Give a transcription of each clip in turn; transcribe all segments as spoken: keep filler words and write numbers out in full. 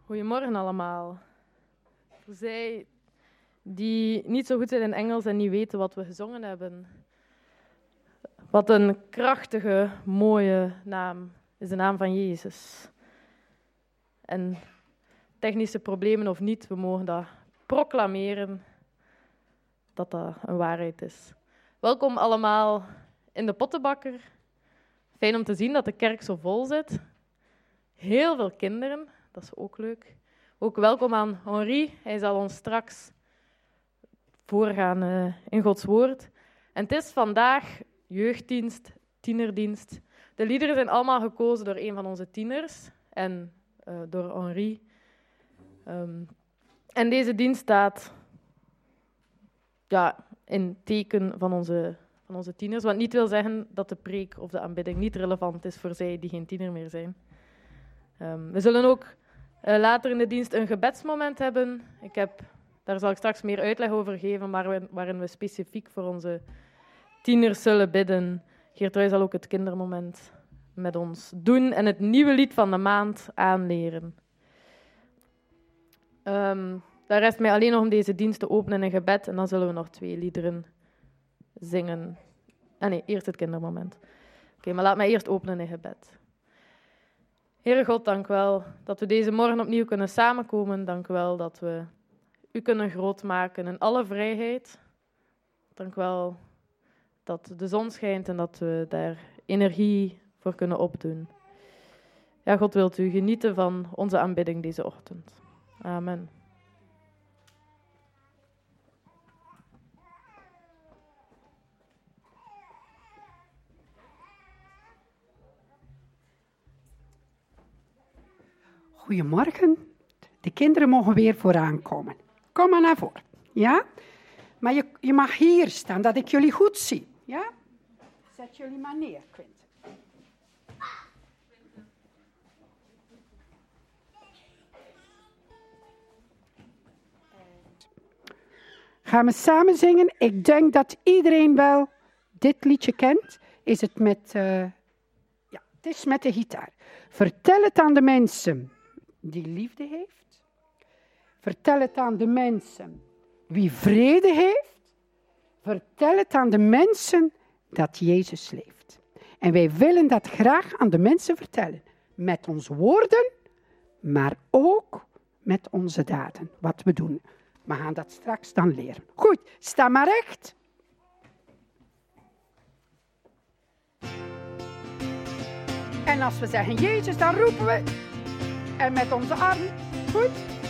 Goedemorgen allemaal. Voor zij die niet zo goed zijn in Engels en niet weten wat we gezongen hebben. Wat een krachtige, mooie naam is de naam van Jezus. En technische problemen of niet, we mogen dat proclameren dat dat een waarheid is. Welkom allemaal in de Pottenbakker. Fijn om te zien dat de kerk zo vol zit. Heel veel kinderen, dat is ook leuk. Ook welkom aan Henri, hij zal ons straks voorgaan uh, in Gods woord. En het is vandaag jeugddienst, tienerdienst. De liederen zijn allemaal gekozen door een van onze tieners en uh, door Henri. Um, en deze dienst staat ja, in teken van onze, van onze tieners, wat niet wil zeggen dat de preek of de aanbidding niet relevant is voor zij die geen tiener meer zijn. Um, we zullen ook uh, later in de dienst een gebedsmoment hebben. Ik heb, daar zal ik straks meer uitleg over geven, maar we, waarin we specifiek voor onze tieners zullen bidden. Geertrui zal ook het kindermoment met ons doen en het nieuwe lied van de maand aanleren. Um, daar rest mij alleen nog om deze dienst te openen in een gebed en dan zullen we nog twee liederen zingen. Ah nee, eerst het kindermoment. Oké, okay, maar laat mij eerst openen in gebed. Heere God, dank u wel dat we deze morgen opnieuw kunnen samenkomen. Dank u wel dat we u kunnen grootmaken in alle vrijheid. Dank u wel dat de zon schijnt en dat we daar energie voor kunnen opdoen. Ja, God, wilt u genieten van onze aanbidding deze ochtend. Amen. Goedemorgen. De kinderen mogen weer vooraan komen. Kom maar naar voren. Ja? Maar je, je mag hier staan, dat ik jullie goed zie. Ja? Zet jullie maar neer, Quint. Gaan we samen zingen? Ik denk dat iedereen wel dit liedje kent. Is het met, uh, ja, het is met de gitaar. Vertel het aan de mensen die liefde heeft. Vertel het aan de mensen wie vrede heeft. Vertel het aan de mensen dat Jezus leeft. En wij willen dat graag aan de mensen vertellen. Met onze woorden, maar ook met onze daden. Wat we doen. We gaan dat straks dan leren. Goed, sta maar recht. En als we zeggen Jezus, dan roepen we. En met onze armen. Goed.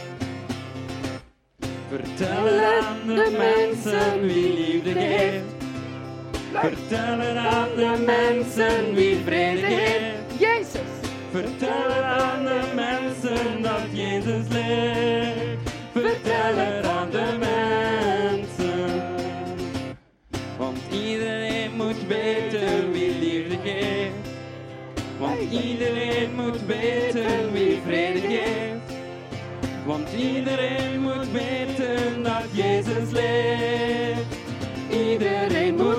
Vertel het aan de mensen wie liefde geeft. Vertel het aan de mensen wie vrede geeft. Jezus. Vertel het aan de mensen dat Jezus leeft. Vertel het aan de mensen. Want iedereen moet weten wie liefde geeft. Want iedereen moet weten wie vrede geeft. Want iedereen moet weten dat Jezus leeft. Iedereen moet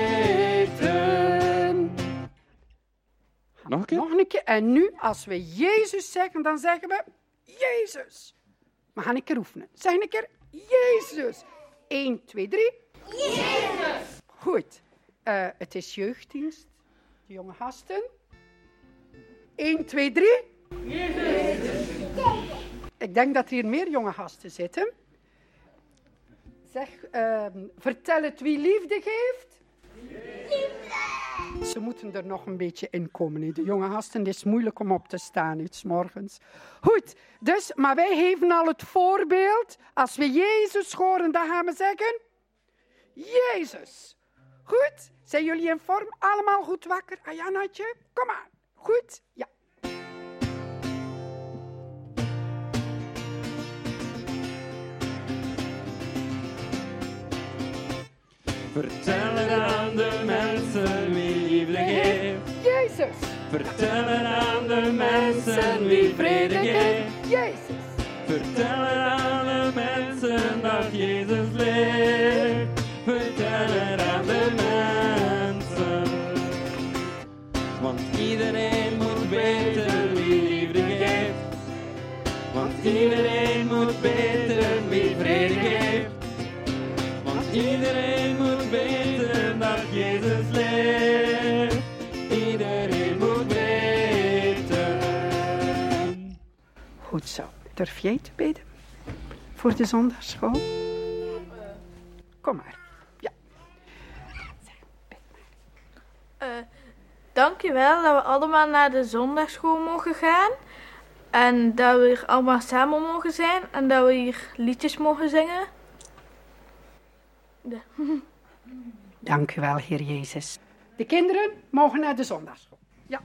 weten. Nog een keer? Nog een keer. En nu, als we Jezus zeggen, dan zeggen we Jezus. We gaan een keer oefenen. Zeg een keer Jezus. één, twee, drie. Jezus. Goed. Uh, het is jeugddienst. De jonge gasten. één, twee, drie. Jezus. Ik denk dat hier meer jonge gasten zitten. Zeg, uh, vertel het wie liefde geeft. Liefde. Ze moeten er nog een beetje in komen. De jonge gasten, het is moeilijk om op te staan, iets morgens. Goed, dus, maar wij geven al het voorbeeld. Als we Jezus horen, dan gaan we zeggen... Jezus. Goed, zijn jullie in vorm? Allemaal goed wakker? Ajanatje, kom maar. Goed, ja. Vertel het aan de mensen wie liefde geeft. Jezus. Vertel het aan de mensen wie vrede geeft. Jezus. Vertel het aan de mensen dat Jezus leeft. Vertel het aan de mensen. Want iedereen moet weten wie liefde geeft. Want iedereen moet weten wie vrede geeft. Want iedereen moet weten dat Jezus leeft. Iedereen moet weten. Goed zo. Durf jij te bidden voor de zondagschool? Kom maar. Ja. Uh, dankjewel dat we allemaal naar de zondagschool mogen gaan. En dat we hier allemaal samen mogen zijn. En dat we hier liedjes mogen zingen. De. Dank u wel, Heer Jezus. De kinderen mogen naar de zondagschool. Ja.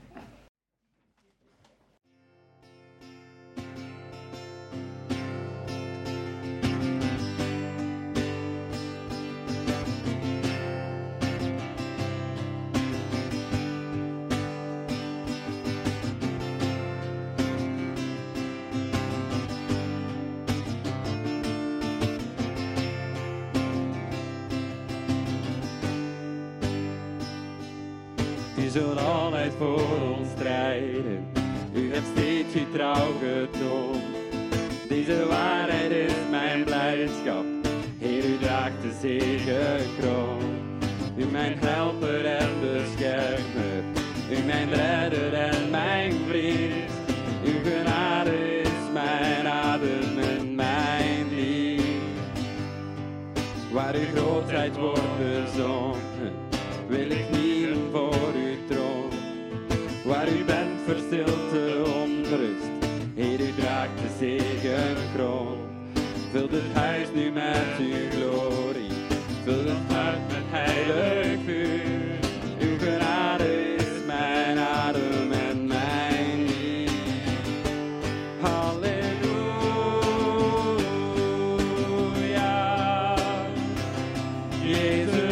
U zult altijd voor ons strijden. U hebt steeds uw trouw getoond. Deze waarheid is mijn blijdschap. Heer, u draagt de zegenkroon. U mijn helper en beschermer. U mijn redder en mijn vriend. Uw genade is mijn adem en mijn lied. Waar uw grootheid wordt bezongen, wil ik knielen voor uw troon. Waar u bent voor stilte onrust, Heer, u draagt de zegenkroon. Vul het huis nu met uw glorie, vul het hart met heilig vuur. Uw genade is mijn adem en mijn lied. Halleluja, Jezus.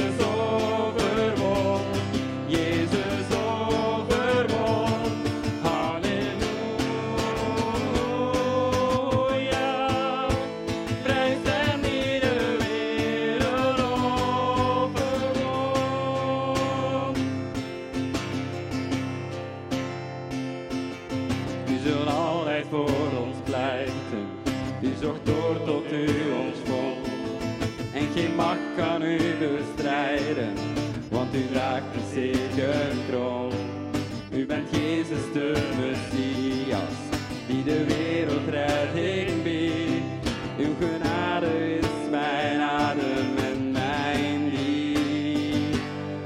Kan u bestrijden, want u draagt de zegenkroon. U bent Jezus de Messias, die de wereld redding biedt. Uw genade is mijn adem en mijn lied.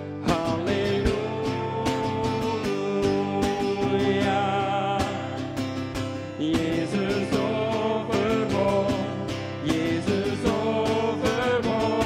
Halleluja, Jezus overwon, Jezus overwon.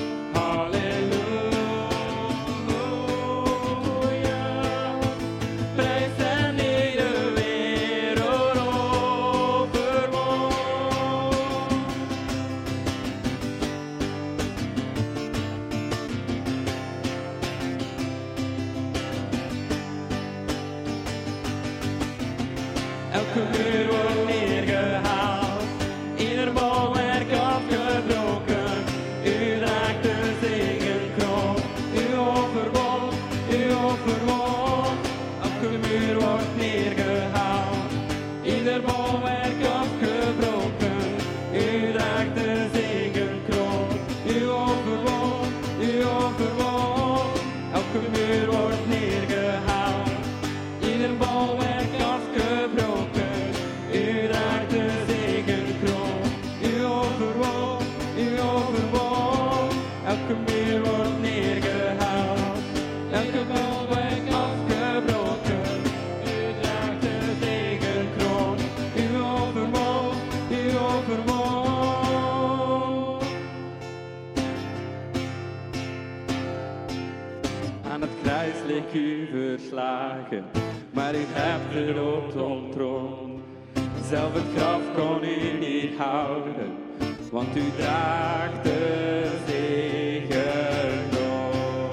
Elke muur wordt neergehaald, ieder bolwerk afgebroken. U draagt de zegenkroon, u overwon, u overwon. Elke muur wordt neergehaald, ieder bolwerk afgebroken. U draagt de zegenkroon, u overwon, u overwon. Elke muur wordt neergehaald, ieder bolwerk afgebroken. U draagt de zegenkroon, u overwon, u overwon. Elke muur wordt neergehaald, elke bolwerk afgebroken. U draagt de zegenkroon, u overwon, u overwon. Aan het kruis ligt u verslagen, maar u hebt de dood ontroond. Zelf het graf kon u niet houden, want u draagt de zegenkroon.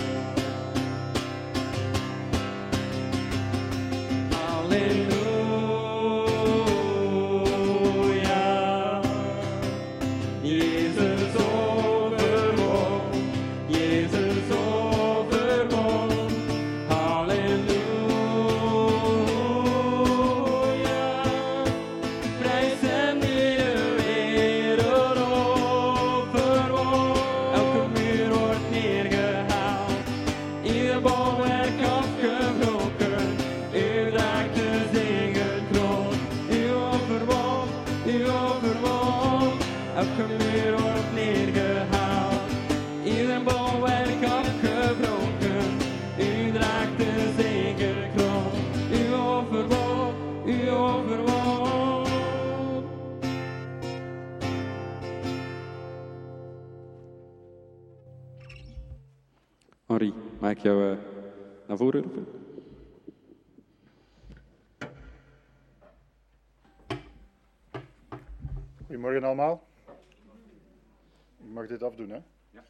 Halleluja, Jezus overwon, Jezus overwon. Halleluja. Prijs hem elke muur wordt neergehaald, ieder bolwerk afgebroken. U draagt de zegenkroon, u overwon, u overwon. Henri, mag ik jou uh, naar voren roepen? Goedemorgen allemaal. Ik mag dit afdoen, hè? Ja.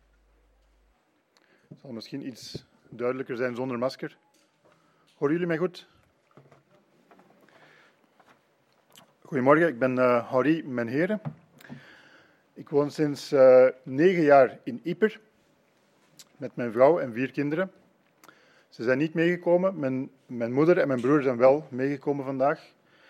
Het zal misschien iets duidelijker zijn zonder masker. Horen jullie mij goed? Goedemorgen, ik ben uh, Henri Menheren. Ik woon sinds uh, negen jaar in Ieper met mijn vrouw en vier kinderen. Ze zijn niet meegekomen. Mijn, mijn moeder en mijn broer zijn wel meegekomen vandaag.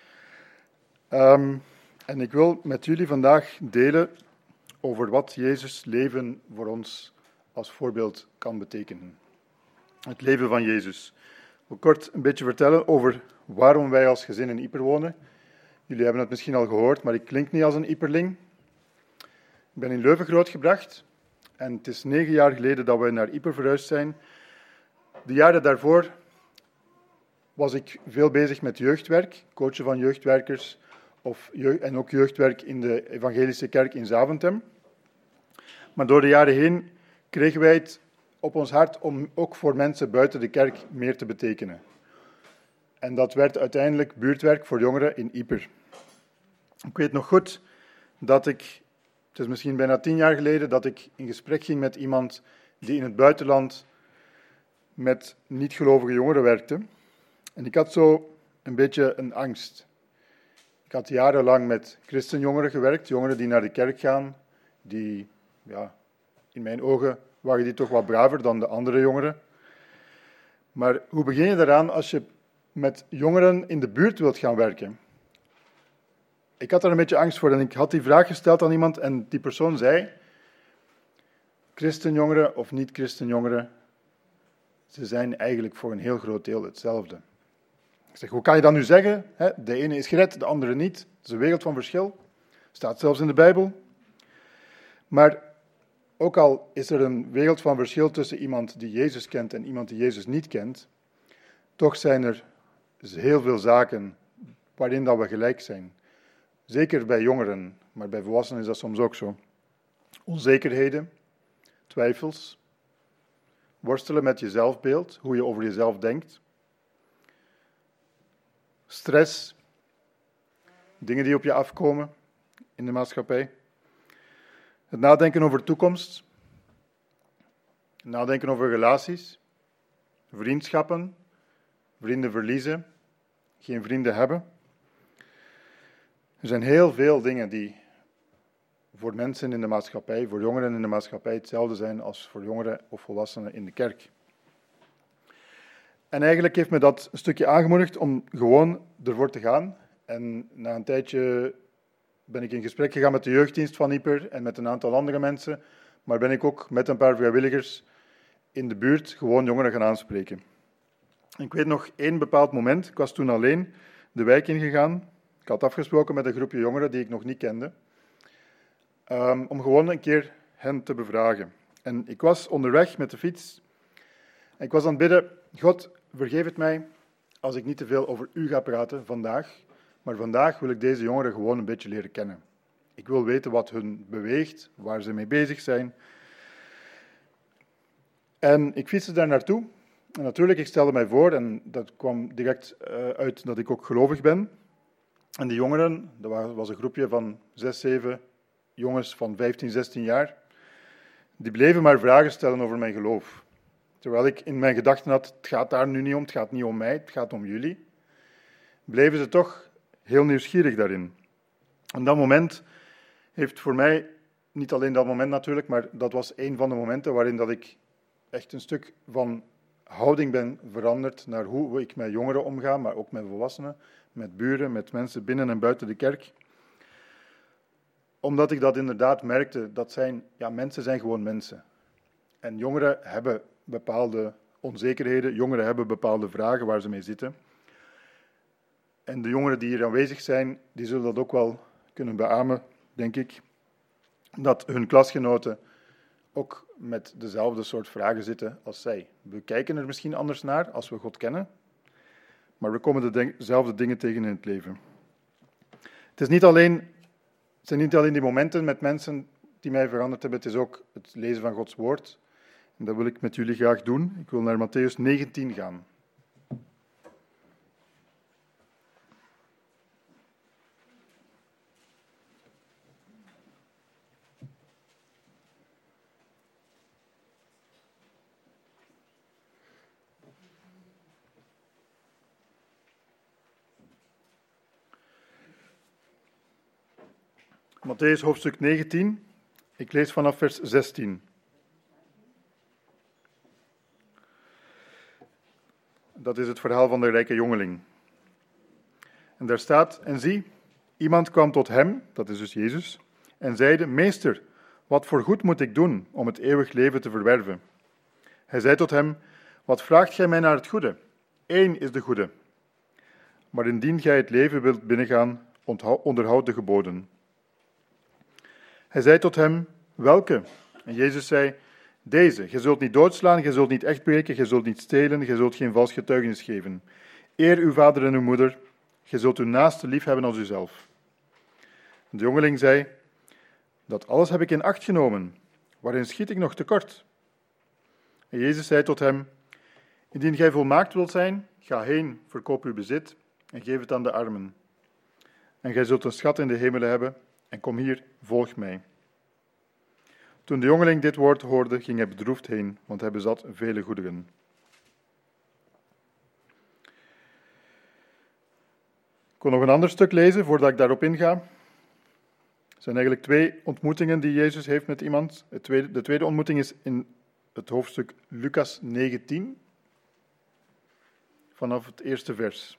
Um, en ik wil met jullie vandaag delen over wat Jezus' leven voor ons als voorbeeld kan betekenen. Het leven van Jezus. Ik wil kort een beetje vertellen over waarom wij als gezin in Ieper wonen. Jullie hebben het misschien al gehoord, maar ik klink niet als een Ieperling. Ik ben in Leuven grootgebracht en het is negen jaar geleden dat we naar Ieper verhuisd zijn. De jaren daarvoor was ik veel bezig met jeugdwerk, coachen van jeugdwerkers of jeugd, en ook jeugdwerk in de evangelische kerk in Zaventem. Maar door de jaren heen kregen wij het op ons hart om ook voor mensen buiten de kerk meer te betekenen. En dat werd uiteindelijk buurtwerk voor jongeren in Ieper. Ik weet nog goed dat ik, het is misschien bijna tien jaar geleden, dat ik in gesprek ging met iemand die in het buitenland met niet-gelovige jongeren werkte. En ik had zo een beetje een angst. Ik had jarenlang met christenjongeren gewerkt, jongeren die naar de kerk gaan, die, ja, in mijn ogen waren die toch wat braver dan de andere jongeren. Maar hoe begin je eraan als je met jongeren in de buurt wilt gaan werken? Ik had daar een beetje angst voor en ik had die vraag gesteld aan iemand en die persoon zei, christenjongeren of niet-christenjongeren, ze zijn eigenlijk voor een heel groot deel hetzelfde. Ik zeg, hoe kan je dat nu zeggen? De ene is gered, de andere niet. Het is een wereld van verschil. Staat zelfs in de Bijbel. Maar ook al is er een wereld van verschil tussen iemand die Jezus kent en iemand die Jezus niet kent, toch zijn er heel veel zaken waarin dat we gelijk zijn. Zeker bij jongeren, maar bij volwassenen is dat soms ook zo. Onzekerheden, twijfels, worstelen met je zelfbeeld, hoe je over jezelf denkt. Stress, dingen die op je afkomen in de maatschappij. Het nadenken over de toekomst. Het nadenken over relaties. Vriendschappen. Vrienden verliezen. Geen vrienden hebben. Er zijn heel veel dingen die voor mensen in de maatschappij, voor jongeren in de maatschappij hetzelfde zijn als voor jongeren of volwassenen in de kerk. En eigenlijk heeft me dat een stukje aangemoedigd om gewoon ervoor te gaan. En na een tijdje ben ik in gesprek gegaan met de jeugddienst van Ieper en met een aantal andere mensen, maar ben ik ook met een paar vrijwilligers in de buurt gewoon jongeren gaan aanspreken. Ik weet nog één bepaald moment, ik was toen alleen de wijk ingegaan. Ik had afgesproken met een groepje jongeren die ik nog niet kende, um, om gewoon een keer hen te bevragen. En ik was onderweg met de fiets en ik was aan het bidden, God, vergeef het mij als ik niet te veel over u ga praten vandaag, maar vandaag wil ik deze jongeren gewoon een beetje leren kennen. Ik wil weten wat hun beweegt, waar ze mee bezig zijn. En ik fietste daar naartoe. En natuurlijk, ik stelde mij voor, en dat kwam direct uh, uit dat ik ook gelovig ben. En die jongeren, dat was een groepje van zes, zeven jongens van vijftien, zestien jaar, die bleven maar vragen stellen over mijn geloof. Terwijl ik in mijn gedachten had, het gaat daar nu niet om, het gaat niet om mij, het gaat om jullie. Bleven ze toch heel nieuwsgierig daarin. En dat moment heeft voor mij, niet alleen dat moment natuurlijk, maar dat was een van de momenten waarin dat ik echt een stuk van houding ben veranderd naar hoe ik met jongeren omga, maar ook met volwassenen, met buren, met mensen binnen en buiten de kerk. Omdat ik dat inderdaad merkte, dat zijn, ja, mensen zijn gewoon mensen. En jongeren hebben bepaalde onzekerheden, jongeren hebben bepaalde vragen waar ze mee zitten. En de jongeren die hier aanwezig zijn, die zullen dat ook wel kunnen beamen, denk ik. dat hun klasgenoten ook met dezelfde soort vragen zitten als zij. We kijken er misschien anders naar als we God kennen, maar we komen dezelfde dingen tegen in het leven. Het is niet alleen, het zijn niet alleen die momenten met mensen die mij veranderd hebben, het is ook het lezen van Gods woord. En dat wil ik met jullie graag doen. Ik wil naar Mattheüs negentien gaan. Mattheüs hoofdstuk negentien, ik lees vanaf vers zestien. Dat is het verhaal van de rijke jongeling. En daar staat, en zie, iemand kwam tot hem, dat is dus Jezus, en zeide, meester, wat voor goed moet ik doen om het eeuwig leven te verwerven? Hij zei tot hem, wat vraagt gij mij naar het goede? Eén is de goede. Maar indien gij het leven wilt binnengaan, onderhoud de geboden. Hij zei tot hem, welke? En Jezus zei, deze, je zult niet doodslaan, je zult niet echt breken, je zult niet stelen, je zult geen vals getuigenis geven. Eer uw vader en uw moeder, je zult uw naaste lief hebben als uzelf. De jongeling zei, dat alles heb ik in acht genomen, waarin schiet ik nog tekort? En Jezus zei tot hem, indien gij volmaakt wilt zijn, ga heen, verkoop uw bezit en geef het aan de armen. En gij zult een schat in de hemelen hebben, en kom hier, volg mij. Toen de jongeling dit woord hoorde, ging hij bedroefd heen, want hij bezat vele goederen. Ik wil nog een ander stuk lezen, voordat ik daarop inga. Er zijn eigenlijk twee ontmoetingen die Jezus heeft met iemand. Het tweede, de tweede ontmoeting is in het hoofdstuk Lucas negentien, vanaf het eerste vers.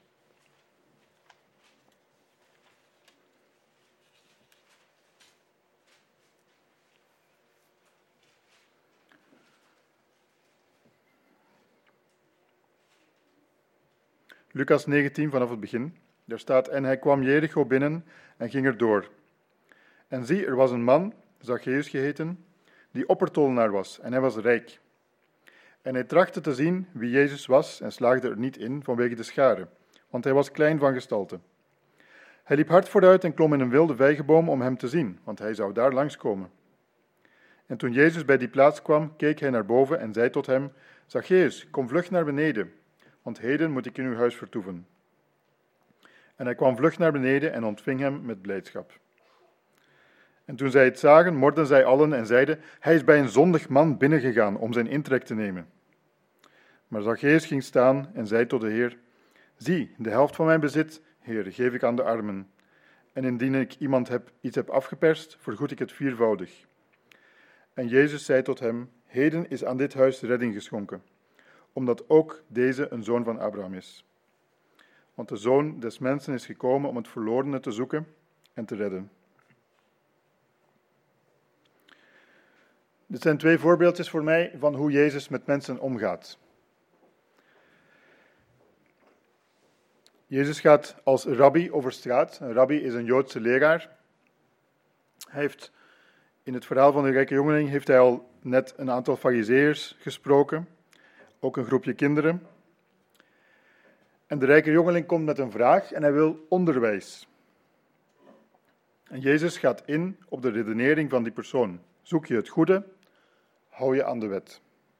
Lucas negentien vanaf het begin. Daar staat, en hij kwam Jericho binnen en ging er door. En zie, er was een man, Zacchaeus geheten, die oppertollenaar was, en hij was rijk. En hij trachtte te zien wie Jezus was en slaagde er niet in vanwege de schare, want hij was klein van gestalte. Hij liep hard vooruit en klom in een wilde vijgenboom om hem te zien, want hij zou daar langskomen. En toen Jezus bij die plaats kwam, keek hij naar boven en zei tot hem, Zacchaeus, kom vlug naar beneden, want heden moet ik in uw huis vertoeven. En hij kwam vlug naar beneden en ontving hem met blijdschap. En toen zij het zagen, morden zij allen en zeiden, hij is bij een zondig man binnengegaan om zijn intrek te nemen. Maar Zacchaeus ging staan en zei tot de Heer, zie, de helft van mijn bezit, Heer, geef ik aan de armen. En indien ik iemand heb, iets heb afgeperst, vergoed ik het viervoudig. En Jezus zei tot hem, heden is aan dit huis redding geschonken, omdat ook deze een zoon van Abraham is. Want de Zoon des Mensen is gekomen om het verlorene te zoeken en te redden. Dit zijn twee voorbeeldjes voor mij van hoe Jezus met mensen omgaat. Jezus gaat als rabbi over straat. Een rabbi is een Joodse leraar. Hij heeft, in het verhaal van de rijke jongeling heeft hij al net een aantal farizeeërs gesproken. Ook een groepje kinderen. En de rijke jongeling komt met een vraag en hij wil onderwijs. En Jezus gaat in op de redenering van die persoon. Zoek je het goede, hou je aan de wet.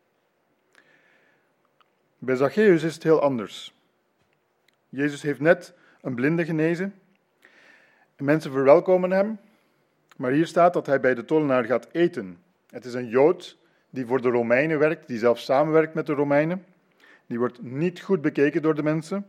Bij Zacchaeus is het heel anders. Jezus heeft net een blinde genezen. En mensen verwelkomen hem. Maar hier staat dat hij bij de tollenaar gaat eten. Het is een Jood die voor de Romeinen werkt, die zelfs samenwerkt met de Romeinen. Die wordt niet goed bekeken door de mensen.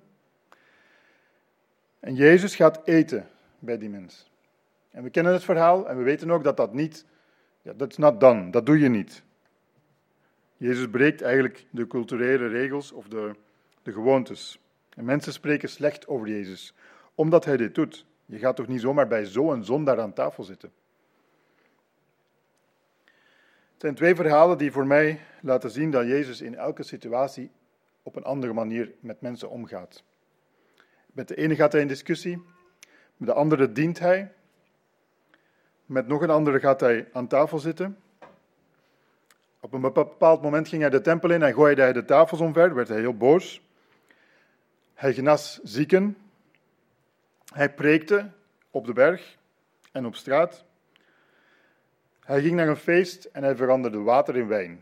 En Jezus gaat eten bij die mens. En we kennen het verhaal en we weten ook dat dat niet, ja, that's not done, dat doe je niet. Jezus breekt eigenlijk de culturele regels of de, de gewoontes. En mensen spreken slecht over Jezus, omdat hij dit doet. Je gaat toch niet zomaar bij zo'n zondaar aan tafel zitten? Het zijn twee verhalen die voor mij laten zien dat Jezus in elke situatie op een andere manier met mensen omgaat. Met de ene gaat hij in discussie, met de andere dient hij. Met nog een andere gaat hij aan tafel zitten. Op een bepaald moment ging hij de tempel in en gooide hij de tafels omver, werd hij heel boos. Hij genas zieken. Hij preekte op de berg en op straat. Hij ging naar een feest en hij veranderde water in wijn.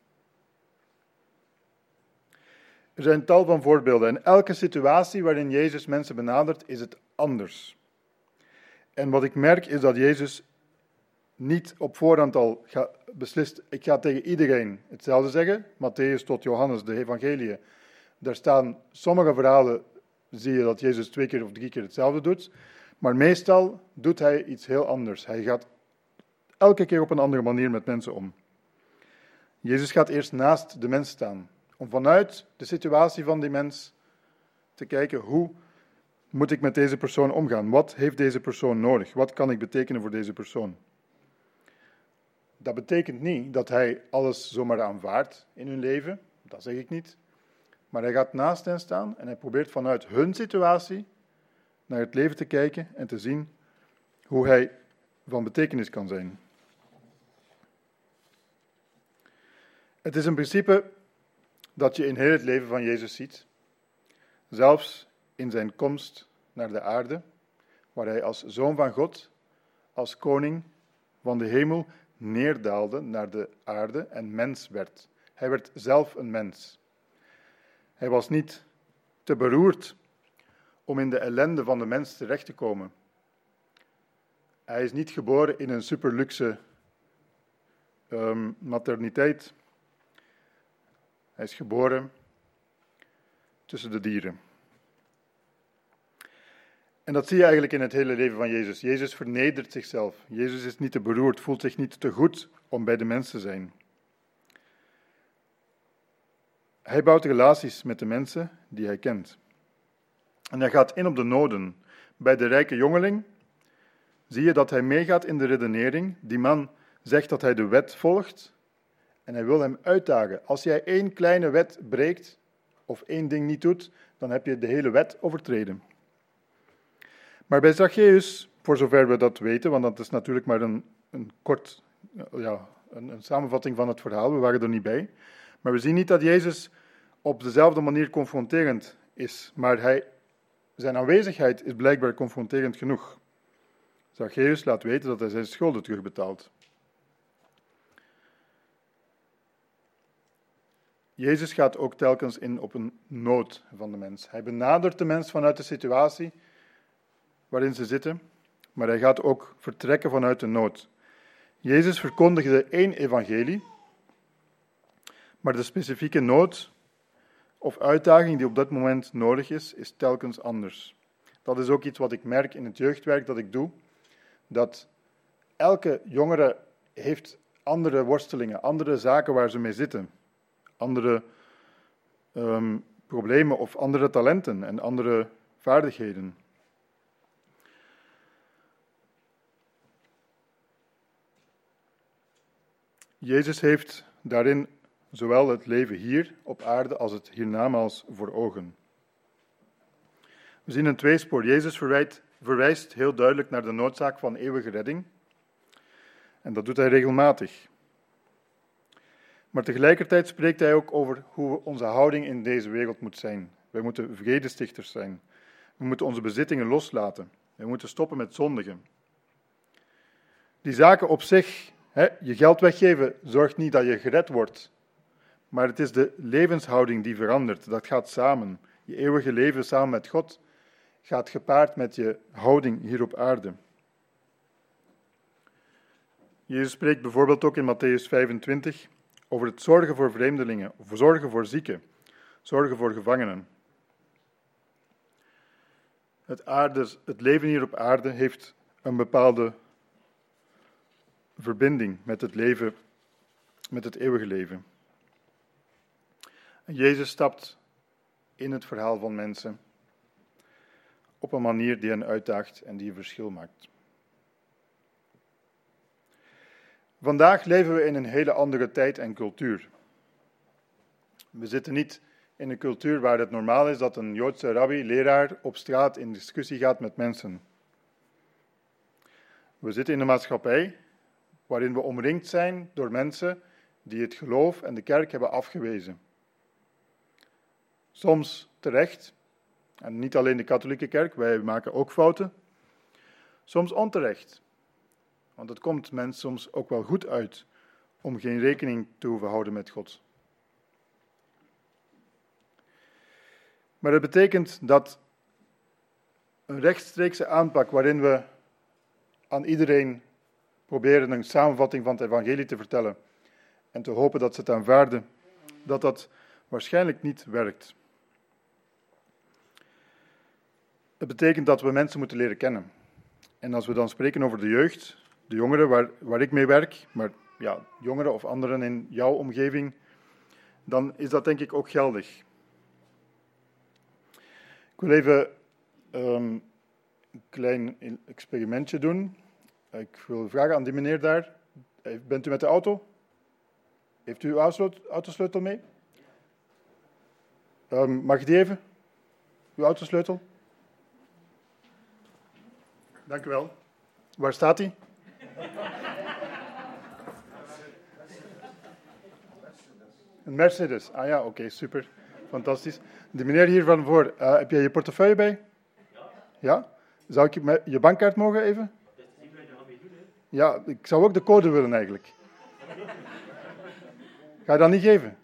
Er zijn tal van voorbeelden en elke situatie waarin Jezus mensen benadert, is het anders. En wat ik merk is dat Jezus niet op voorhand al ga, beslist, ik ga tegen iedereen hetzelfde zeggen. Matthäus tot Johannes, de evangeliën. Daar staan sommige verhalen, zie je dat Jezus twee keer of drie keer hetzelfde doet. Maar meestal doet hij iets heel anders. Hij gaat elke keer op een andere manier met mensen om. Jezus gaat eerst naast de mens staan. Om vanuit de situatie van die mens te kijken, hoe moet ik met deze persoon omgaan? Wat heeft deze persoon nodig? Wat kan ik betekenen voor deze persoon? Dat betekent niet dat hij alles zomaar aanvaardt in hun leven. Dat zeg ik niet. Maar hij gaat naast hen staan en hij probeert vanuit hun situatie naar het leven te kijken en te zien hoe hij van betekenis kan zijn. Het is een principe dat je in heel het leven van Jezus ziet. Zelfs in zijn komst naar de aarde, waar hij als zoon van God, als koning van de hemel, neerdaalde naar de aarde en mens werd. Hij werd zelf een mens. Hij was niet te beroerd om in de ellende van de mens terecht te komen. Hij is niet geboren in een superluxe um, materniteit. Hij is geboren tussen de dieren. En dat zie je eigenlijk in het hele leven van Jezus. Jezus vernedert zichzelf. Jezus is niet te beroerd, voelt zich niet te goed om bij de mens te zijn. Hij bouwt relaties met de mensen die hij kent. En hij gaat in op de noden. Bij de rijke jongeling zie je dat hij meegaat in de redenering. Die man zegt dat hij de wet volgt en hij wil hem uitdagen. Als jij één kleine wet breekt of één ding niet doet, dan heb je de hele wet overtreden. Maar bij Zacchaeus, voor zover we dat weten, want dat is natuurlijk maar een, een kort, ja, een, een samenvatting van het verhaal, we waren er niet bij. Maar we zien niet dat Jezus op dezelfde manier confronterend is, maar hij, zijn aanwezigheid is blijkbaar confronterend genoeg. Zacchaeus laat weten dat hij zijn schulden terugbetaalt. Jezus gaat ook telkens in op een nood van de mens. Hij benadert de mens vanuit de situatie waarin ze zitten, maar hij gaat ook vertrekken vanuit de nood. Jezus verkondigde één evangelie, maar de specifieke nood of uitdaging die op dat moment nodig is, is telkens anders. Dat is ook iets wat ik merk in het jeugdwerk dat ik doe, dat elke jongere heeft andere worstelingen, andere zaken waar ze mee zitten, andere um, problemen of andere talenten en andere vaardigheden. Jezus heeft daarin zowel het leven hier op aarde als het hiernamaals voor ogen. We zien een tweespoor. Jezus verwijt, verwijst heel duidelijk naar de noodzaak van eeuwige redding. En dat doet hij regelmatig. Maar tegelijkertijd spreekt hij ook over hoe onze houding in deze wereld moet zijn. Wij moeten vredestichters zijn. We moeten onze bezittingen loslaten. We moeten stoppen met zondigen. Die zaken op zich, hè, je geld weggeven, zorgt niet dat je gered wordt. Maar het is de levenshouding die verandert. Dat gaat samen. Je eeuwige leven samen met God gaat gepaard met je houding hier op aarde. Jezus spreekt bijvoorbeeld ook in Matthäus vijfentwintig over het zorgen voor vreemdelingen, of zorgen voor zieken, zorgen voor gevangenen. Het, aarde, het leven hier op aarde heeft een bepaalde verbinding met het leven, met het eeuwige leven. En Jezus stapt in het verhaal van mensen op een manier die hen uitdaagt en die een verschil maakt. Vandaag leven we in een hele andere tijd en cultuur. We zitten niet in een cultuur waar het normaal is dat een Joodse rabbi, leraar, op straat in discussie gaat met mensen. We zitten in een maatschappij waarin we omringd zijn door mensen die het geloof en de kerk hebben afgewezen. Soms terecht, en niet alleen de katholieke kerk, wij maken ook fouten. Soms onterecht, want het komt mensen soms ook wel goed uit om geen rekening te hoeven houden met God. Maar het betekent dat een rechtstreekse aanpak waarin we aan iedereen proberen een samenvatting van het evangelie te vertellen en te hopen dat ze het aanvaarden, dat dat waarschijnlijk niet werkt. Het betekent dat we mensen moeten leren kennen. En als we dan spreken over de jeugd, de jongeren waar, waar ik mee werk, maar ja, jongeren of anderen in jouw omgeving, dan is dat denk ik ook geldig. Ik wil even um, een klein experimentje doen. Ik wil vragen aan die meneer daar. Bent u met de auto? Heeft u uw autosleutel mee? Um, mag ik die even? Uw autosleutel? Dank u wel. Waar staat hij? Een Mercedes. Ah ja, oké, okay, super. Fantastisch. De meneer hier van voor, uh, heb jij je portefeuille bij? Ja. Ja? Zou ik je, je bankkaart mogen even? Ja, ik zou ook de code willen eigenlijk. Ga je dat niet geven?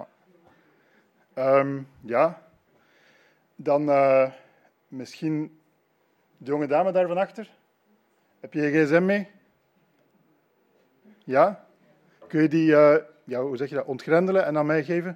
Um, ja. Dan uh, misschien de jonge dame daar van achter. Heb je je gsm mee? Ja? Kun je die, uh, ja, hoe zeg je dat, ontgrendelen en aan mij geven?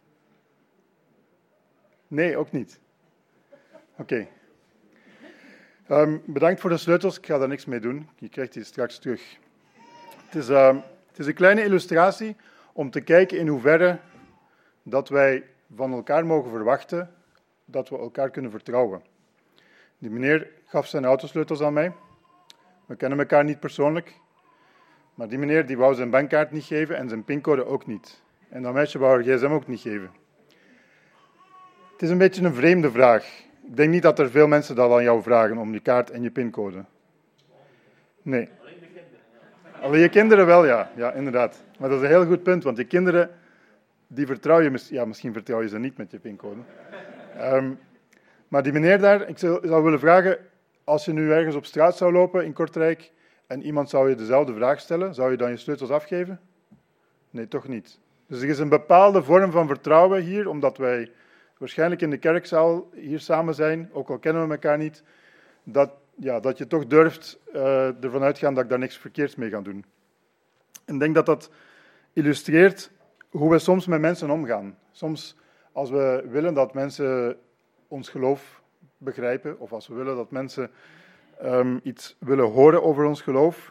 Nee, ook niet. Oké. Okay. Um, bedankt voor de sleutels. Ik ga daar niks mee doen. Je krijgt die straks terug. Het is, uh, het is een kleine illustratie om te kijken in hoeverre dat wij van elkaar mogen verwachten dat we elkaar kunnen vertrouwen. Die meneer gaf zijn autosleutels aan mij. We kennen elkaar niet persoonlijk. Maar die meneer die wou zijn bankkaart niet geven en zijn pincode ook niet. En dat meisje wou haar gsm ook niet geven. Het is een beetje een vreemde vraag. Ik denk niet dat er veel mensen dat aan jou vragen om je kaart en je pincode. Nee. Alleen de kinderen. Alleen je kinderen wel, ja. Ja, inderdaad. Maar dat is een heel goed punt, want die kinderen, die vertrouw je... Ja, misschien vertrouw je ze niet met je pincode. Um, maar die meneer daar, ik zou, zou willen vragen, als je nu ergens op straat zou lopen in Kortrijk en iemand zou je dezelfde vraag stellen, zou je dan je sleutels afgeven? Nee, toch niet. Dus er is een bepaalde vorm van vertrouwen hier, omdat wij waarschijnlijk in de kerkzaal hier samen zijn, ook al kennen we elkaar niet, dat, ja, dat je toch durft uh, ervan uitgaan dat ik daar niks verkeerds mee ga doen. En ik denk dat dat illustreert hoe we soms met mensen omgaan. Soms als we willen dat mensen ons geloof begrijpen, of als we willen dat mensen um, iets willen horen over ons geloof,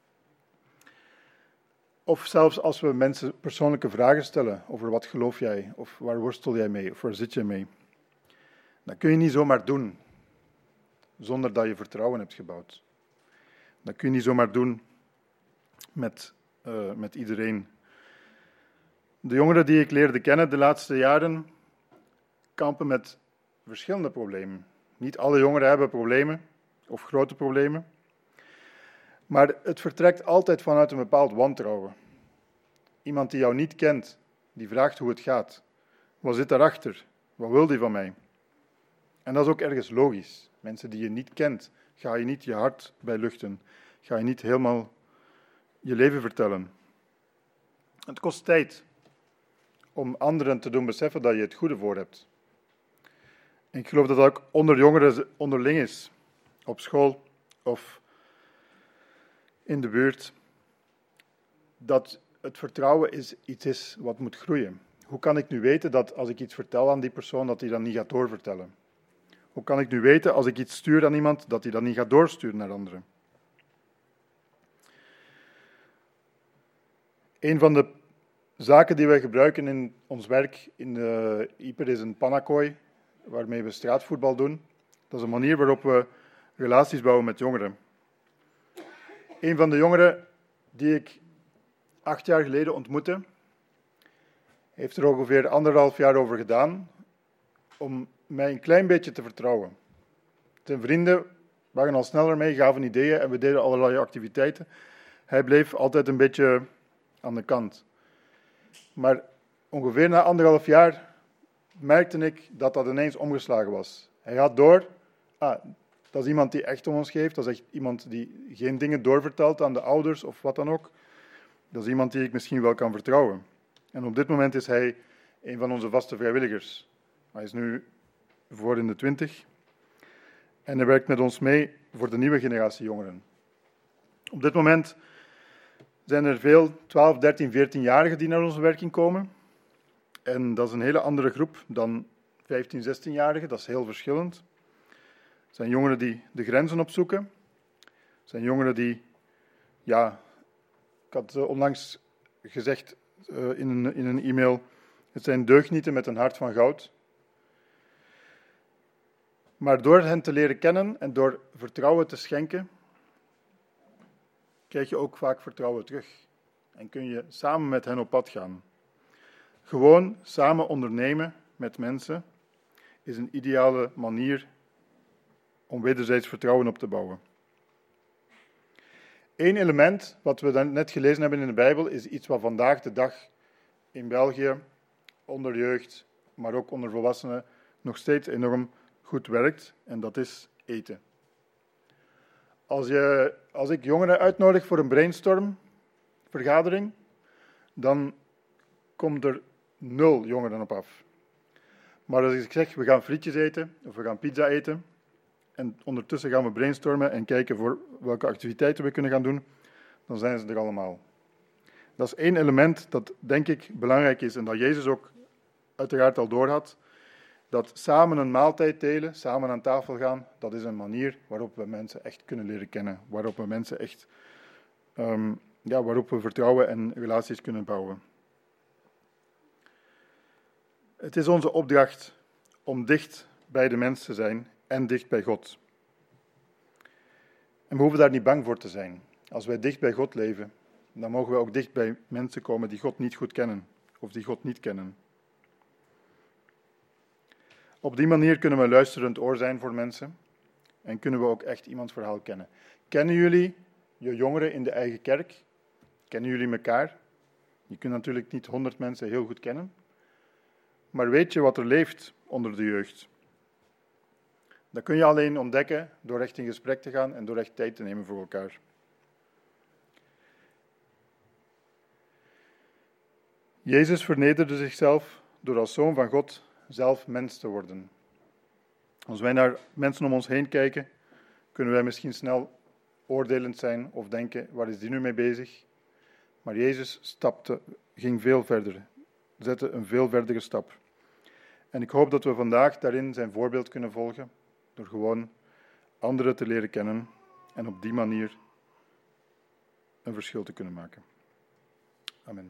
of zelfs als we mensen persoonlijke vragen stellen over wat geloof jij, of waar worstel jij mee, of waar zit je mee. Dat kun je niet zomaar doen, zonder dat je vertrouwen hebt gebouwd. Dat kun je niet zomaar doen met, uh, met iedereen. De jongeren die ik leerde kennen de laatste jaren, kampen met verschillende problemen. Niet alle jongeren hebben problemen, of grote problemen. Maar het vertrekt altijd vanuit een bepaald wantrouwen. Iemand die jou niet kent, die vraagt hoe het gaat. Wat zit daarachter? Wat wil die van mij? En dat is ook ergens logisch. Mensen die je niet kent, ga je niet je hart bij luchten. Ga je niet helemaal je leven vertellen. Het kost tijd om anderen te doen beseffen dat je het goede voor hebt. En ik geloof dat dat ook onder jongeren onderling is. Op school of in de buurt. Dat het vertrouwen is iets is wat moet groeien. Hoe kan ik nu weten dat als ik iets vertel aan die persoon, dat hij dat niet gaat doorvertellen? Hoe kan ik nu weten als ik iets stuur aan iemand, dat hij dat niet gaat doorsturen naar anderen? Een van de zaken die wij gebruiken in ons werk in de Ieper is een panakooi, waarmee we straatvoetbal doen. Dat is een manier waarop we relaties bouwen met jongeren. Een van de jongeren die ik acht jaar geleden ontmoette, heeft er ongeveer anderhalf jaar over gedaan om mij een klein beetje te vertrouwen. Zijn vrienden waren al sneller mee, gaven ideeën en we deden allerlei activiteiten. Hij bleef altijd een beetje aan de kant. Maar ongeveer na anderhalf jaar merkte ik dat dat ineens omgeslagen was. Hij had door, ah, dat is iemand die echt om ons geeft, dat is echt iemand die geen dingen doorvertelt aan de ouders of wat dan ook. Dat is iemand die ik misschien wel kan vertrouwen. En op dit moment is hij een van onze vaste vrijwilligers. Hij is nu voor in de twintig. En hij werkt met ons mee voor de nieuwe generatie jongeren. Op dit moment zijn er veel twaalf, dertien, veertienjarigen die naar onze werking komen. En dat is een hele andere groep dan vijftien, zestienjarigen. Dat is heel verschillend. Het zijn jongeren die de grenzen opzoeken. Het zijn jongeren die, ja, ik had onlangs gezegd uh, in, een, in een e-mail, het zijn deugnieten met een hart van goud. Maar door hen te leren kennen en door vertrouwen te schenken, krijg je ook vaak vertrouwen terug. En kun je samen met hen op pad gaan. Gewoon samen ondernemen met mensen is een ideale manier om wederzijds vertrouwen op te bouwen. Eén element wat we dan net gelezen hebben in de Bijbel is iets wat vandaag de dag in België onder jeugd, maar ook onder volwassenen nog steeds enorm goed werkt, en dat is eten. Als, je, als ik jongeren uitnodig voor een brainstorm-vergadering, dan komt er nul jongeren op af. Maar als ik zeg, we gaan frietjes eten, of we gaan pizza eten, en ondertussen gaan we brainstormen en kijken voor welke activiteiten we kunnen gaan doen, dan zijn ze er allemaal. Dat is één element dat, denk ik, belangrijk is, en dat Jezus ook uiteraard al doorhad. Dat samen een maaltijd delen, samen aan tafel gaan, dat is een manier waarop we mensen echt kunnen leren kennen. Waarop we mensen echt, um, ja, waarop we vertrouwen en relaties kunnen bouwen. Het is onze opdracht om dicht bij de mens te zijn en dicht bij God. En we hoeven daar niet bang voor te zijn. Als wij dicht bij God leven, dan mogen we ook dicht bij mensen komen die God niet goed kennen, of die God niet kennen. Op die manier kunnen we een luisterend oor zijn voor mensen en kunnen we ook echt iemands verhaal kennen. Kennen jullie je jongeren in de eigen kerk? Kennen jullie elkaar? Je kunt natuurlijk niet honderd mensen heel goed kennen, maar weet je wat er leeft onder de jeugd? Dat kun je alleen ontdekken door echt in gesprek te gaan en door echt tijd te nemen voor elkaar. Jezus vernederde zichzelf door als Zoon van God zelf mens te worden. Als wij naar mensen om ons heen kijken, kunnen wij misschien snel oordelend zijn of denken, waar is die nu mee bezig? Maar Jezus stapte, ging veel verder, zette een veel verdere stap. En ik hoop dat we vandaag daarin zijn voorbeeld kunnen volgen, door gewoon anderen te leren kennen en op die manier een verschil te kunnen maken. Amen.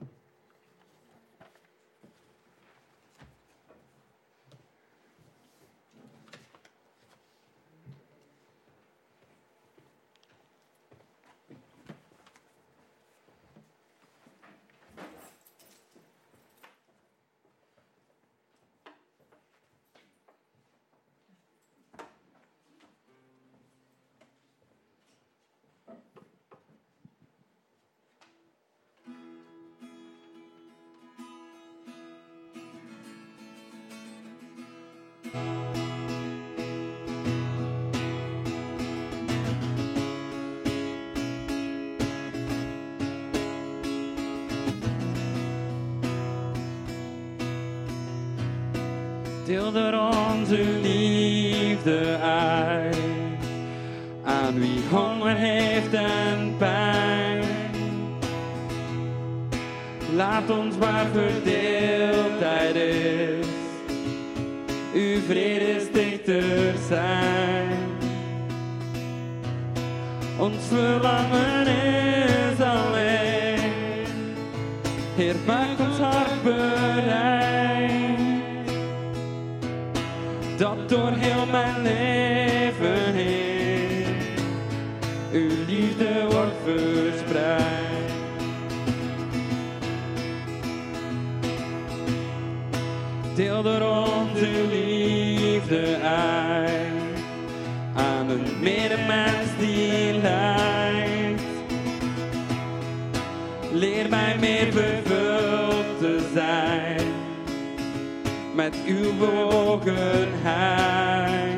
Deel er onze liefde uit aan wie honger heeft en pijn. Laat ons waar verdeeldheid is, uw vredestichter zijn. Ons verlangen is alleen, Heer, maak ons hart bereid, dat door heel mijn leven heen uw liefde wordt verspreid. Deel door onze liefde uit aan een meer een mens die lijdt. Leer mij meer vervuld te zijn met uw bewogenheid.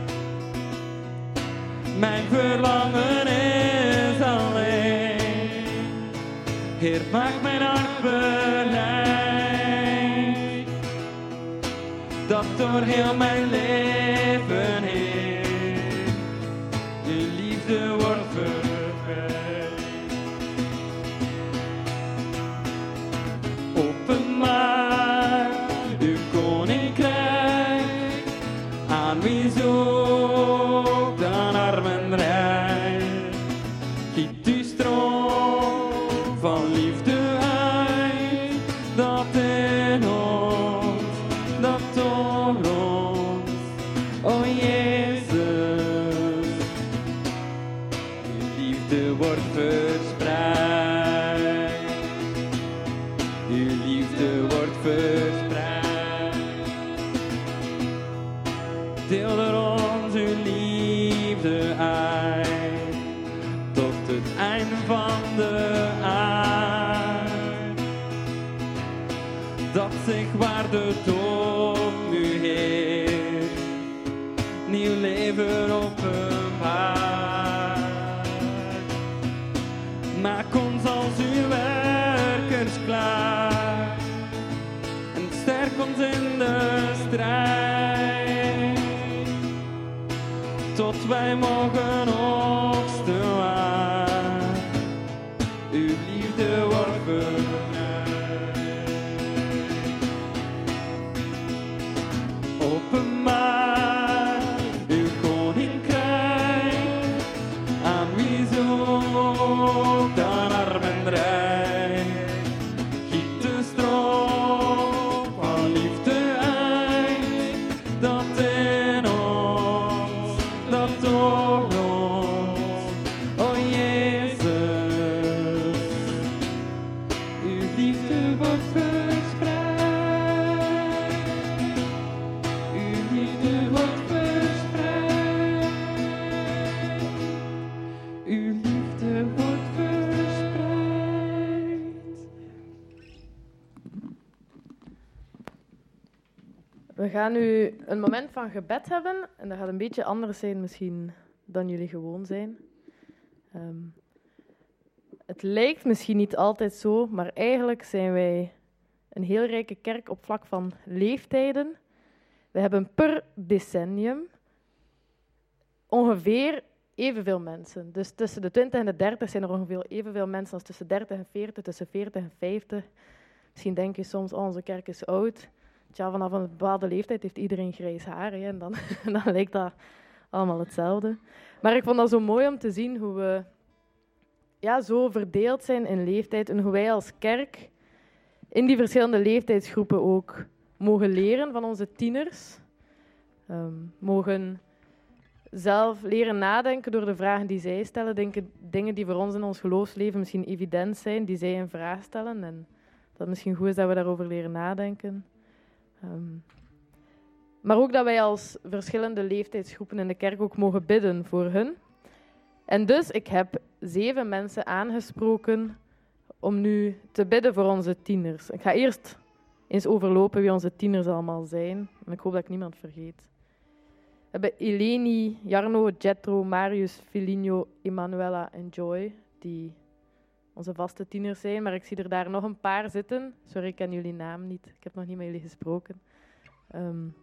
Mijn verlangen is alleen, Heer, maak mijn hart bereid, dat door heel mijn leven heen uw liefde wordt verspreid. Openbaar uw koninkrijk, aan wie zoekt dan arm en rijk. Giet uw stroom van liefde uit, dat in ons, dat door ons, o Jezus, uw liefde wordt verspreid, uw liefde wordt verspreid. Deel door ons uw liefde uit, tot het einde van de aard. Dat zich waar de dood nu heert, nieuw leven openbaart. Maak ons als uw werkers klaar en sterk ons in de strijd, tot wij mogen oogsten waar uw liefde wordt verbreid. Openbaar uw koninkrijk, aan wie zoekt dan arm en rijk. Giet de stroom van liefde uit, dat in ons, dat door ons, o Jezus, uw liefde wordt verspreid, uw liefde wordt verspreid, uw liefde wordt verspreid. We gaan nu een moment van gebed hebben. En dat gaat een beetje anders zijn misschien dan jullie gewoon zijn. Ehm, het lijkt misschien niet altijd zo, maar eigenlijk zijn wij een heel rijke kerk op vlak van leeftijden. We hebben per decennium ongeveer evenveel mensen. Dus tussen de twintig en de dertig zijn er ongeveer evenveel mensen als tussen dertig en veertig, tussen veertig en vijftig. Misschien denk je soms, oh, onze kerk is oud. Tja, vanaf een bepaalde leeftijd heeft iedereen grijs haar, hè, en dan, dan lijkt dat allemaal hetzelfde. Maar ik vond dat zo mooi om te zien hoe we ja, zo verdeeld zijn in leeftijd en hoe wij als kerk in die verschillende leeftijdsgroepen ook mogen leren van onze tieners. Um, mogen zelf leren nadenken door de vragen die zij stellen, denken, dingen die voor ons in ons geloofsleven misschien evident zijn, die zij in vraag stellen. En dat het misschien goed is dat we daarover leren nadenken. Um, maar ook dat wij als verschillende leeftijdsgroepen in de kerk ook mogen bidden voor hun. En dus, ik heb zeven mensen aangesproken om nu te bidden voor onze tieners. Ik ga eerst eens overlopen wie onze tieners allemaal zijn. En ik hoop dat ik niemand vergeet. We hebben Eleni, Jarno, Jetro, Marius, Filinho, Emanuela en Joy, die onze vaste tieners zijn. Maar ik zie er daar nog een paar zitten. Sorry, ik ken jullie naam niet. Ik heb nog niet met jullie gesproken. Um,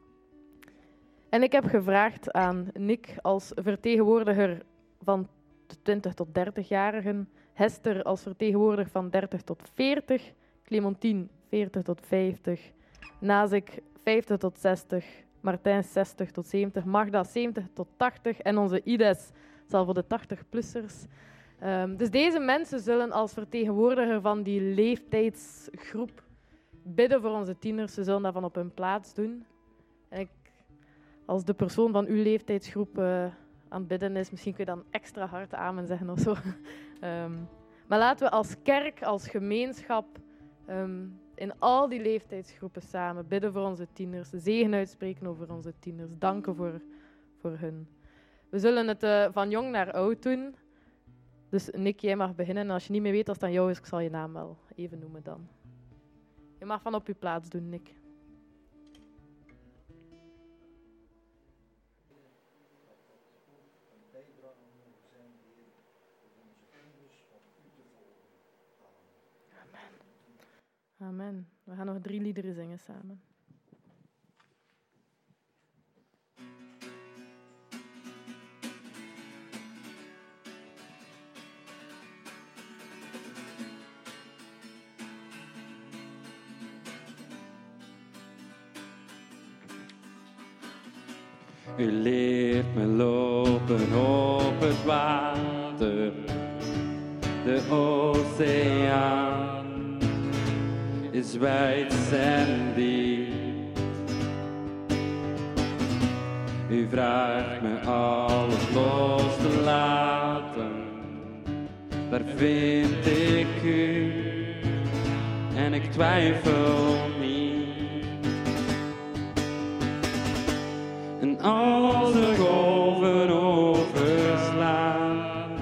en ik heb gevraagd aan Nick als vertegenwoordiger van de twintig tot dertig-jarigen, Hester als vertegenwoordiger van dertig tot veertig, Clementine veertig tot vijftig, Nazik vijftig tot zestig, Martijn zestig tot zeventig, Magda zeventig tot tachtig en onze Ides zal voor de tachtig-plussers. Um, dus deze mensen zullen als vertegenwoordiger van die leeftijdsgroep bidden voor onze tieners. Ze zullen dat van op hun plaats doen. En ik, als de persoon van uw leeftijdsgroep uh, aan het bidden is, misschien kun je dan extra hard amen zeggen of zo. Um, maar laten we als kerk, als gemeenschap, um, in al die leeftijdsgroepen samen bidden voor onze tieners, zegen uitspreken over onze tieners, danken voor, voor hun. We zullen het uh, van jong naar oud doen. Dus Nick, jij mag beginnen. En als je niet meer weet als het aan jou is, ik zal je naam wel even noemen dan. Je mag van op je plaats doen, Nick. Amen. Amen. We gaan nog drie liederen zingen samen. U leert me lopen op het water, de oceaan is wijd en diep. U vraagt me alles los te laten, daar vind ik u en ik twijfel niet. En als de golven overslaan,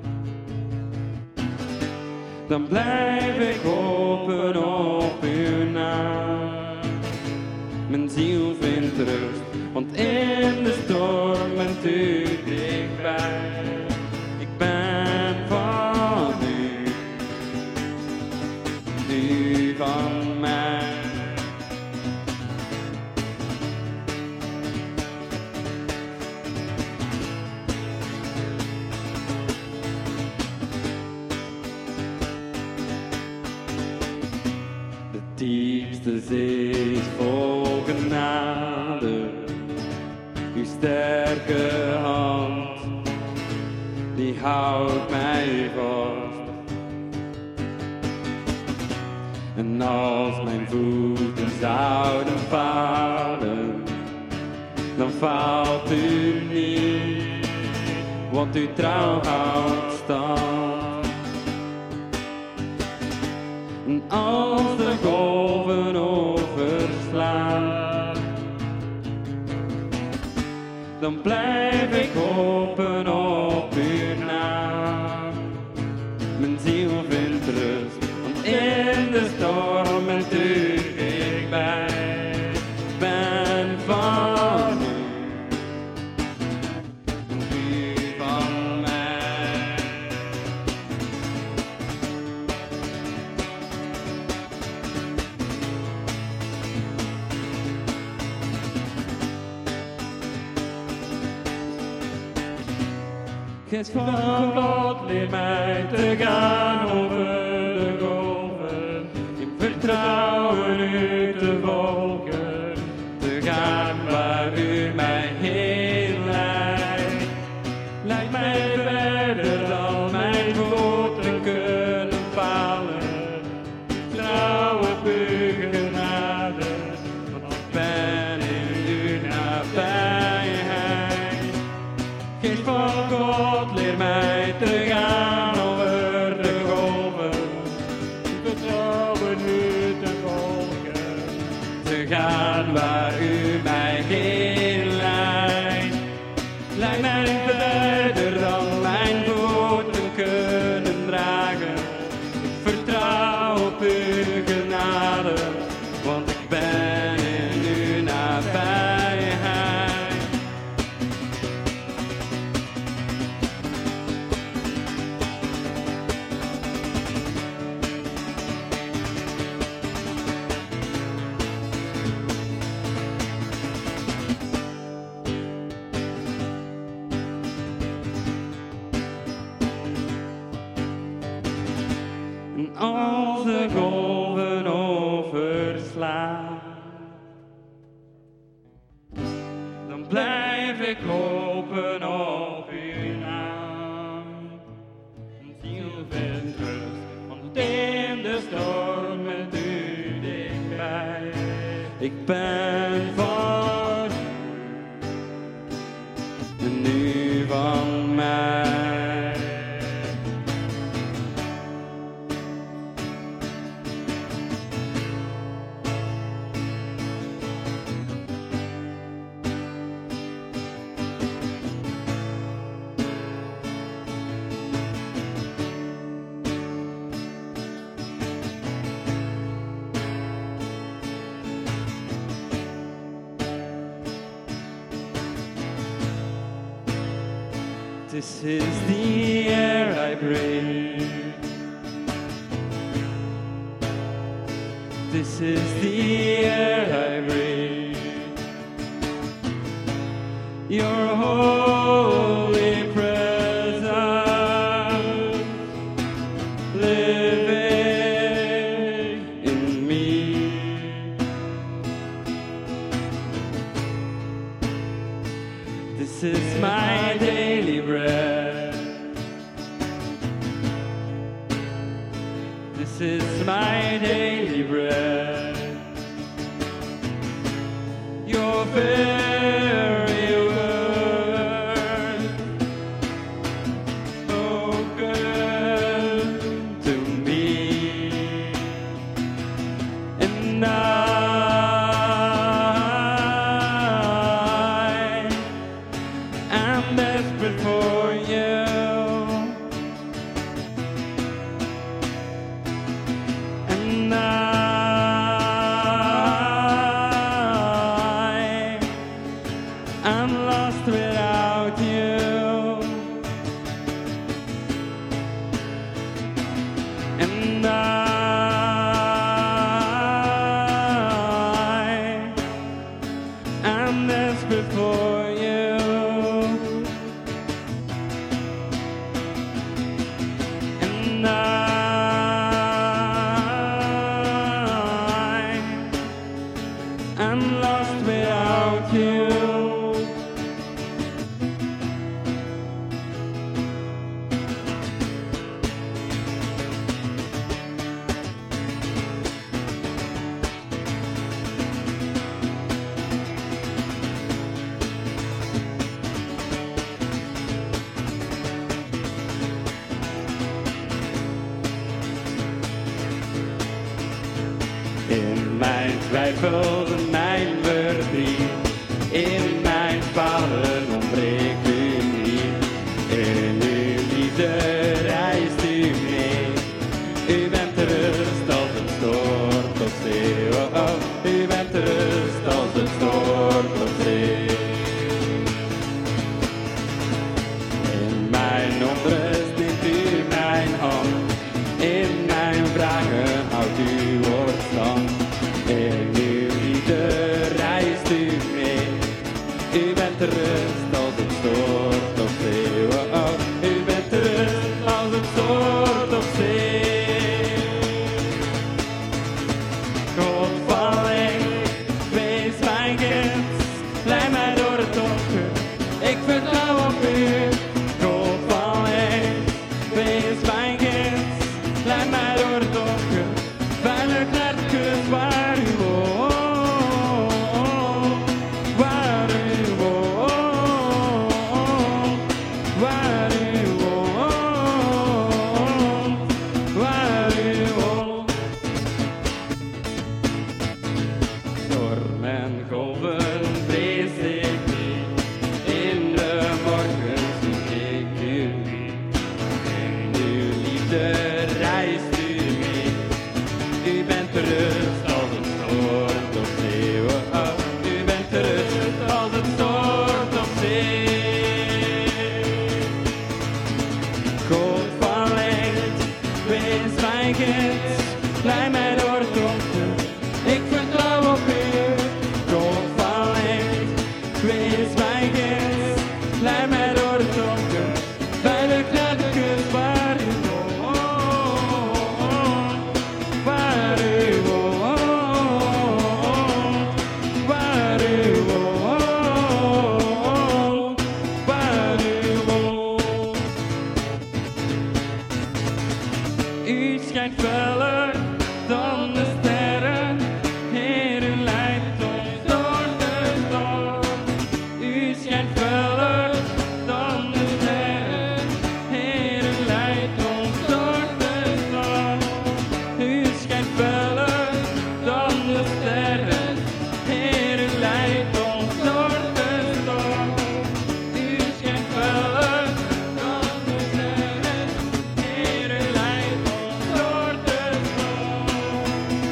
dan blijf ik hopen op uw naam. Mijn ziel vindt rust, want in de storm bent u dichtbij. Ik ben van u, u van mij. De zee is vol genade, uw sterke hand, die houdt mij vast. En als mijn voeten zouden falen, dan faalt u niet, want uw trouw houdt stand. En als de golven overslaan, dan blijf ik hopen op uw naam. Mijn ziel vindt rust, want in de storm bent u dichtbij. Ik ben van u, en u van mij. Geest van God, leer mij te gaan over de golven, in vertrouwen u te volgen, te gaan waar u mij heen leidt. Leid mij verder dan mijn voeten kunnen palen, trouw op uw genade, want ik ben in uw nabijheid. Geest van God, leer mij te gaan over de golven, vertrouwen u te volgen, te gaan waar u mij heen leidt. Leid mij verder dan mijn voeten kunnen dragen. Ik vertrouw op uw genade, want ik ben in uw nabijheid. En als de golven overslaan, dan blijf ik hopen op uw naam. Mijn ziel vindt rust, want in de storm bent u dichtbij. Ik ben van u en u van mij. This is the air I breathe. This is the air I breathe. Your holy presence living in me. This is my daily bread. This is my daily bread. Your very word spoken to me, and I am desperate for you. And I am lost without you. And I am desperate for you. And I am lost without you. In mijn twijfel, mijn verdriet, in mijn falen ontbreekt u niet. In uw liefde reist u mee. U bent de rust als het stort op zee. Oh, oh. U bent de rust als het stort op zee. In mijn onrust neemt u mijn hand. In mijn vragen houdt u woord stand. In uw liefde reist u mee. U bent de rust als het stort op zee. Oh, oh. U bent de rust als het stort op zee. God van licht, wees mijn gids. Leid mij door het donker, ik vertrouw op u. God van licht, wees mijn gids. Leid mij door het donker, veilig naar de kust waar u woont. Waar u woont. Waar u woont. Waar u woont. Storm en golven vrees ik niet. In de morgen zoek ik u niet. In uw liefde reist u mee. U bent de rust als het stort op zee. Oh, oh. U bent de rust als het stort op zee. God van licht, wees mijn gids. Leid mij door het donker, ik vertrouw op u. God van licht, wees mijn gids. Leid mij door het donker, veilig naar de kust waar u woont. Waar u woont. Waar u woont. Waar u woont. U schijnt feller dan de sterren. Heer, u leidt ons door de storm. U schijnt feller dan de sterren. Heer, u leidt ons door de storm. U schijnt feller dan de sterren. Heer, u leidt ons door de storm. U schijnt feller dan de sterren. Heer, u leidt ons door de storm.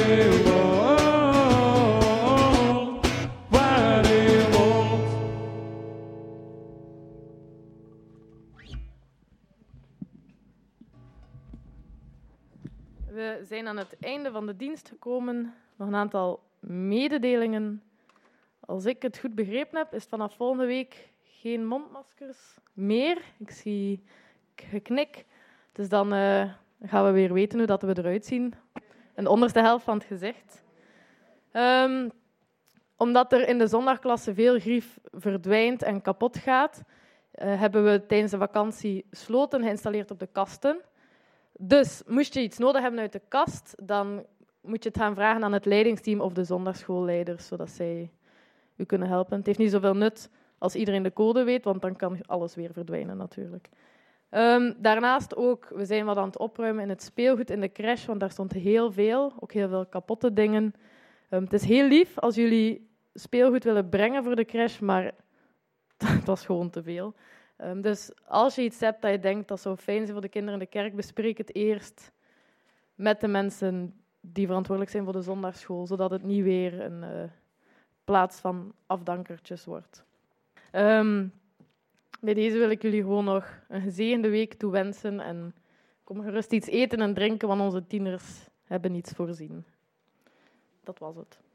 u woont, waar u woont. We zijn aan het einde van de dienst gekomen. Nog een aantal mededelingen. Als ik het goed begrepen heb, is het vanaf volgende week geen mondmaskers meer. Ik zie geknik. Dus dan uh, gaan we weer weten hoe dat we eruit zien. In de onderste helft van het gezicht. Um, omdat er in de zondagklasse veel grief verdwijnt en kapot gaat, uh, hebben we tijdens de vakantie sloten geïnstalleerd op de kasten. Dus moest je iets nodig hebben uit de kast, dan moet je het gaan vragen aan het leidingsteam of de zondagsschoolleiders, zodat zij u kunnen helpen. Het heeft niet zoveel nut als iedereen de code weet, want dan kan alles weer verdwijnen natuurlijk. Um, daarnaast ook, we zijn wat aan het opruimen in het speelgoed in de crash, want daar stond heel veel, ook heel veel kapotte dingen. Um, het is heel lief als jullie speelgoed willen brengen voor de crash, maar het was gewoon te veel. Um, dus als je iets hebt dat je denkt dat zou fijn zijn voor de kinderen in de kerk, bespreek het eerst met de mensen die verantwoordelijk zijn voor de zondagsschool, zodat het niet weer een uh, plaats van afdankertjes wordt. Um, bij deze wil ik jullie gewoon nog een gezegende week toewensen en kom gerust iets eten en drinken, want onze tieners hebben niets voorzien. Dat was het.